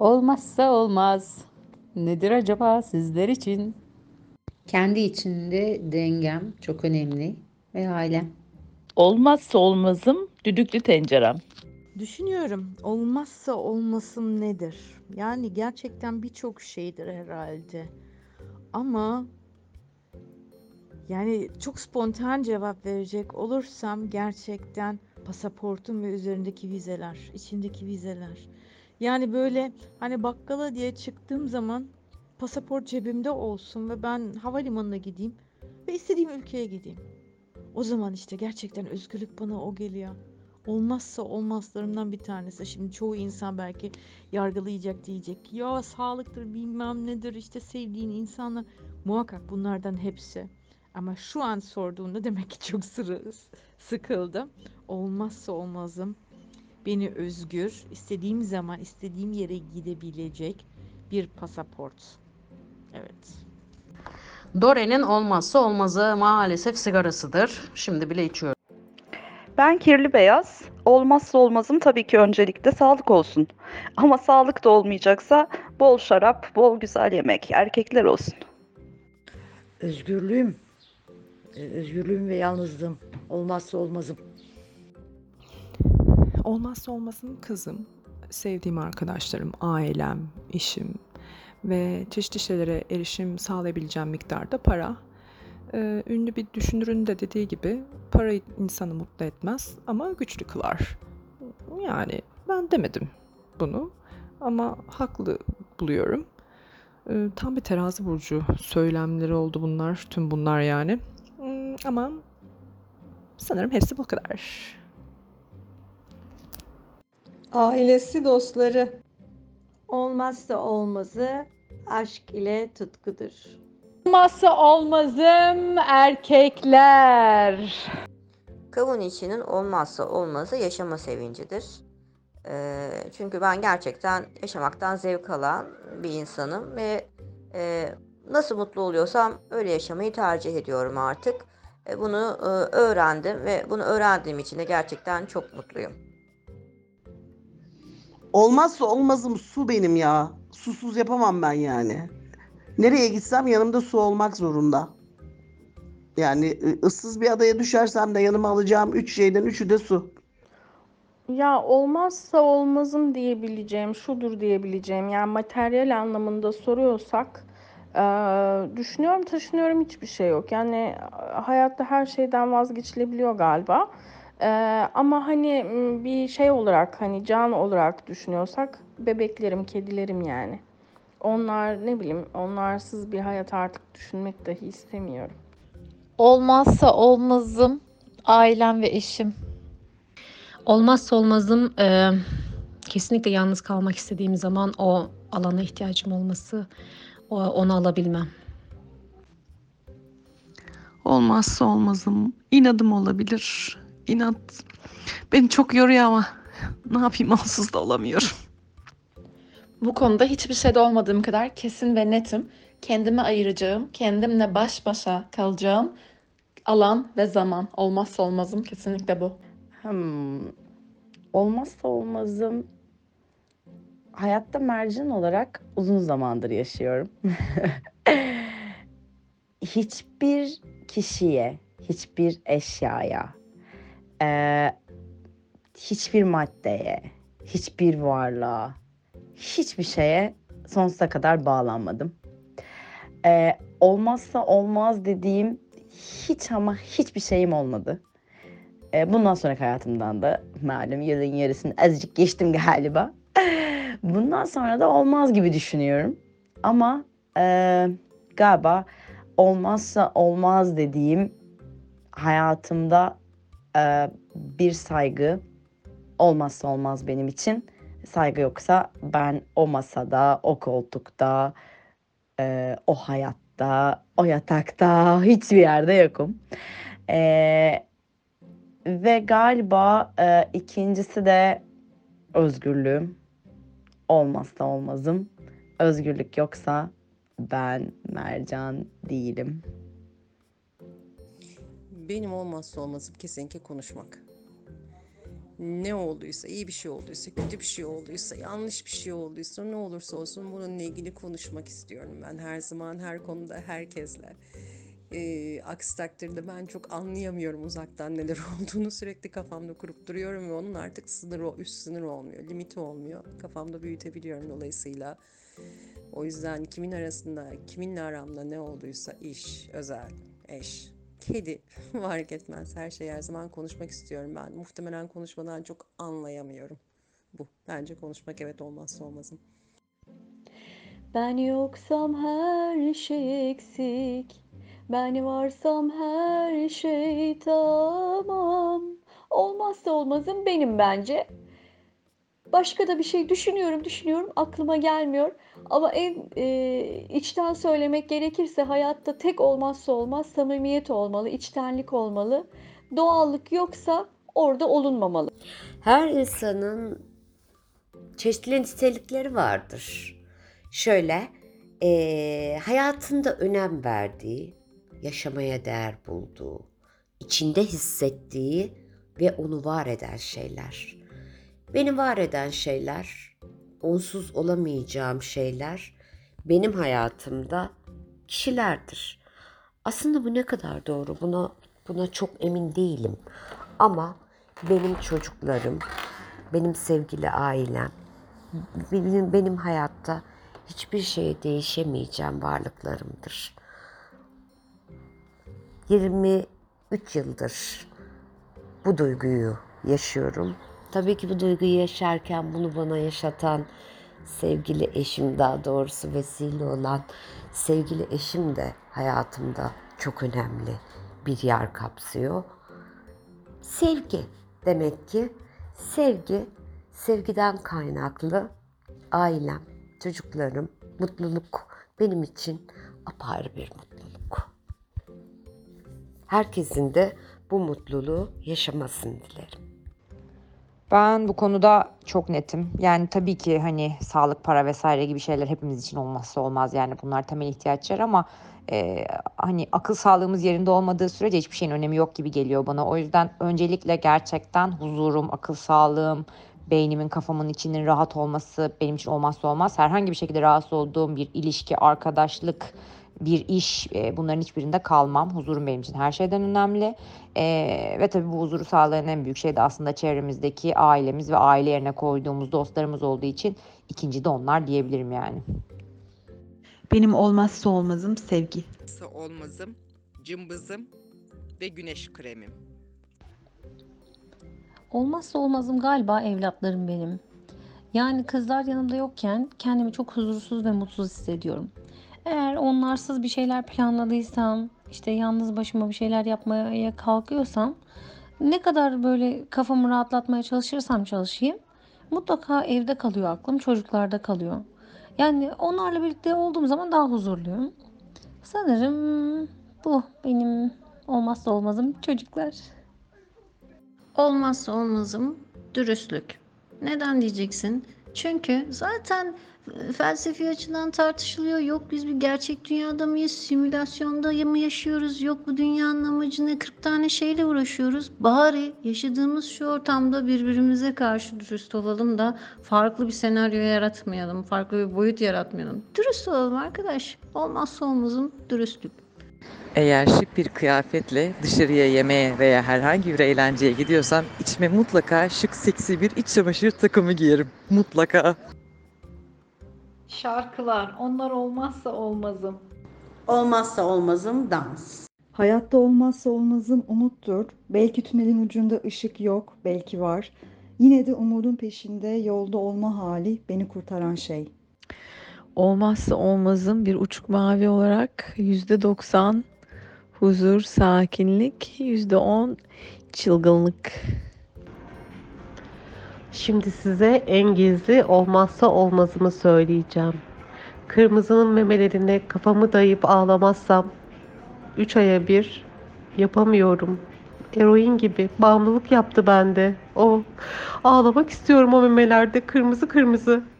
Olmazsa olmaz. Nedir acaba sizler için? Kendi içinde dengem çok önemli ve ailem. Olmazsa olmazım düdüklü tencerem. Düşünüyorum, olmazsa olmasım nedir? Yani gerçekten birçok şeydir herhalde. Ama yani çok spontan cevap verecek olursam gerçekten pasaportum ve üzerindeki vizeler, içindeki vizeler. Yani böyle hani bakkala diye çıktığım zaman pasaport cebimde olsun ve ben havalimanına gideyim ve istediğim ülkeye gideyim. O zaman işte gerçekten özgürlük bana o geliyor. Olmazsa olmazlarımdan bir tanesi. Şimdi çoğu insan belki yargılayacak, diyecek ki ya sağlıktır bilmem nedir işte sevdiğin insanlar. Muhakkak bunlardan hepsi. Ama şu an sorduğunda demek ki çok sıkıldım. Olmazsa olmazım beni özgür, istediğim zaman istediğim yere gidebilecek bir pasaport. Evet. Dore'nin olmazsa olmazı maalesef sigarasıdır. Şimdi bile içiyorum. Ben kirli beyaz. Olmazsa olmazım tabii ki öncelikle sağlık olsun. Ama sağlık da olmayacaksa bol şarap, bol güzel yemek, erkekler olsun. Özgürlüğüm, özgürlüğüm ve yalnızlığım olmazsa olmazım. Olmazsa olmazım kızım, sevdiğim arkadaşlarım, ailem, işim ve çeşitli şeylere erişim sağlayabileceğim miktarda para. Ünlü bir düşünürün de dediği gibi para insanı mutlu etmez ama güçlü kılar. Yani ben demedim bunu ama haklı buluyorum. Tam bir terazi burcu söylemleri oldu bunlar, tüm bunlar yani. Ama sanırım hepsi bu kadar. Ailesi, dostları. Olmazsa olmazı aşk ile tutkudur. Olmazsa olmazım erkekler. Kavun içinin olmazsa olmazı yaşama sevincidir. Çünkü ben gerçekten yaşamaktan zevk alan bir insanım ve nasıl mutlu oluyorsam öyle yaşamayı tercih ediyorum artık. Bunu öğrendim ve bunu öğrendiğim için de gerçekten çok mutluyum. Olmazsa olmazım su benim ya. Susuz yapamam ben yani. Nereye gitsem yanımda su olmak zorunda. Yani ıssız bir adaya düşersem de yanıma alacağım 3 şeyden 3'ü de su. Ya olmazsa olmazım diyebileceğim, şudur diyebileceğim. Yani materyal anlamında soruyorsak düşünüyorum, taşınıyorum hiçbir şey yok. Yani hayatta her şeyden vazgeçilebiliyor galiba. Ama hani bir şey olarak, hani can olarak düşünüyorsak bebeklerim, kedilerim yani. Onlar ne bileyim, onlarsız bir hayat artık düşünmek dahi istemiyorum. Olmazsa olmazım ailem ve eşim. Olmazsa olmazım kesinlikle yalnız kalmak istediğim zaman o alana ihtiyacım olması, onu alabilmem. Olmazsa olmazım. İnadım olabilir. İnat beni çok yoruyor ama ne yapayım onsuz da olamıyorum. Bu konuda hiçbir şeyde olmadığım kadar kesin ve netim. Kendime ayıracağım, kendimle baş başa kalacağım alan ve zaman. Olmazsa olmazım kesinlikle bu. Olmazsa olmazım hayatta mercan olarak uzun zamandır yaşıyorum. Hiçbir kişiye, hiçbir eşyaya, hiçbir maddeye, hiçbir varlığa, hiçbir şeye sonsuza kadar bağlanmadım. Olmazsa olmaz dediğim hiç ama hiçbir şeyim olmadı. Bundan sonraki hayatımdan da malum yılın yarısını azıcık geçtim galiba. Bundan sonra da olmaz gibi düşünüyorum. Ama galiba olmazsa olmaz dediğim hayatımda bir saygı olmazsa olmaz benim için. Saygı yoksa ben o masada, o koltukta, o hayatta, o yatakta hiçbir yerde yokum. Ve galiba ikincisi de özgürlüğüm. Olmazsa olmazım. Özgürlük yoksa ben mercan değilim. Benim olmazsa olmazım kesinlikle konuşmak. Ne olduysa, iyi bir şey olduysa, kötü bir şey olduysa, yanlış bir şey olduysa, ne olursa olsun bununla ilgili konuşmak istiyorum ben her zaman, her konuda, herkesle. Aksi takdirde ben çok anlayamıyorum uzaktan neler olduğunu, sürekli kafamda kurup duruyorum ve onun artık üst sınır olmuyor, limiti olmuyor. Kafamda büyütebiliyorum dolayısıyla. O yüzden kiminle aramda ne olduysa iş, özel, eş, kedi fark etmez. Her şeyi her zaman konuşmak istiyorum ben. Muhtemelen konuşmadan çok anlayamıyorum. Bu. Bence konuşmak evet olmazsa olmazım. Ben yoksam her şey eksik. Ben varsam her şey tamam. Olmazsa olmazım benim bence. Başka da bir şey düşünüyorum, aklıma gelmiyor. Ama içten söylemek gerekirse hayatta tek olmazsa olmaz samimiyet olmalı, içtenlik olmalı. Doğallık yoksa orada olunmamalı. Her insanın çeşitli nitelikleri vardır. Şöyle, hayatında önem verdiği, yaşamaya değer bulduğu, içinde hissettiği ve onu var eden şeyler. Beni var eden şeyler, onsuz olamayacağım şeyler benim hayatımda kişilerdir. Aslında bu ne kadar doğru, buna çok emin değilim. Ama benim çocuklarım, benim sevgili ailem, benim hayatta hiçbir şeye değişemeyeceğim varlıklarımdır. 23 yıldır bu duyguyu yaşıyorum. Tabii ki bu duyguyu yaşarken bunu bana yaşatan sevgili eşim, daha doğrusu vesile olan sevgili eşim de hayatımda çok önemli bir yer kapsıyor. Sevgi demek ki sevgiden kaynaklı ailem, çocuklarım, mutluluk benim için apayrı bir mutluluk. Herkesin de bu mutluluğu yaşamasını dilerim. Ben bu konuda çok netim. Yani tabii ki hani sağlık, para vesaire gibi şeyler hepimiz için olmazsa olmaz. Yani bunlar temel ihtiyaçlar ama hani akıl sağlığımız yerinde olmadığı sürece hiçbir şeyin önemi yok gibi geliyor bana. O yüzden öncelikle gerçekten huzurum, akıl sağlığım, beynimin, kafamın içinin rahat olması benim için olmazsa olmaz. Herhangi bir şekilde rahatsız olduğum bir ilişki, arkadaşlık, bir iş, bunların hiçbirinde kalmam. Huzurum benim için her şeyden önemli. Ve tabii bu huzuru sağlayan en büyük şey de aslında çevremizdeki ailemiz ve aile yerine koyduğumuz dostlarımız olduğu için ikinci de onlar diyebilirim yani. Benim olmazsa olmazım sevgi. Olmazım, cımbızım ve güneş kremim. Olmazsa olmazım galiba evlatlarım benim. Yani kızlar yanımda yokken kendimi çok huzursuz ve mutsuz hissediyorum. Eğer onlarsız bir şeyler planladıysam, işte yalnız başıma bir şeyler yapmaya kalkıyorsam, ne kadar böyle kafamı rahatlatmaya çalışırsam çalışayım, mutlaka evde kalıyor aklım, çocuklarda kalıyor. Yani onlarla birlikte olduğum zaman daha huzurluyum. Sanırım bu benim olmazsa olmazım çocuklar. Olmazsa olmazım dürüstlük. Neden diyeceksin? Çünkü zaten felsefi açıdan tartışılıyor. Yok biz bir gerçek dünyada mıyız? Simülasyonda mı yaşıyoruz? Yok bu dünyanın amacı ne? 40 tane şeyle uğraşıyoruz. Bari yaşadığımız şu ortamda birbirimize karşı dürüst olalım da farklı bir senaryo yaratmayalım. Farklı bir boyut yaratmayalım. Dürüst olalım arkadaş. Olmazsa olmazım dürüstlük. Eğer şık bir kıyafetle dışarıya yemeğe veya herhangi bir eğlenceye gidiyorsam içime mutlaka şık seksi bir iç çamaşır takımı giyerim. Mutlaka. Şarkılar, onlar olmazsa olmazım. Olmazsa olmazım dans. Hayatta olmazsa olmazım umuttur. Belki tünelin ucunda ışık yok, belki var. Yine de umudun peşinde yolda olma hali beni kurtaran şey. Olmazsa olmazım bir uçuk mavi olarak %90 huzur, sakinlik, %10 çılgınlık. Şimdi size en gizli olmazsa olmazımı söyleyeceğim. Kırmızının memelerine kafamı dayayıp ağlamazsam 3 aya bir yapamıyorum. Eroin gibi bağımlılık yaptı bende. Ağlamak istiyorum o memelerde kırmızı kırmızı.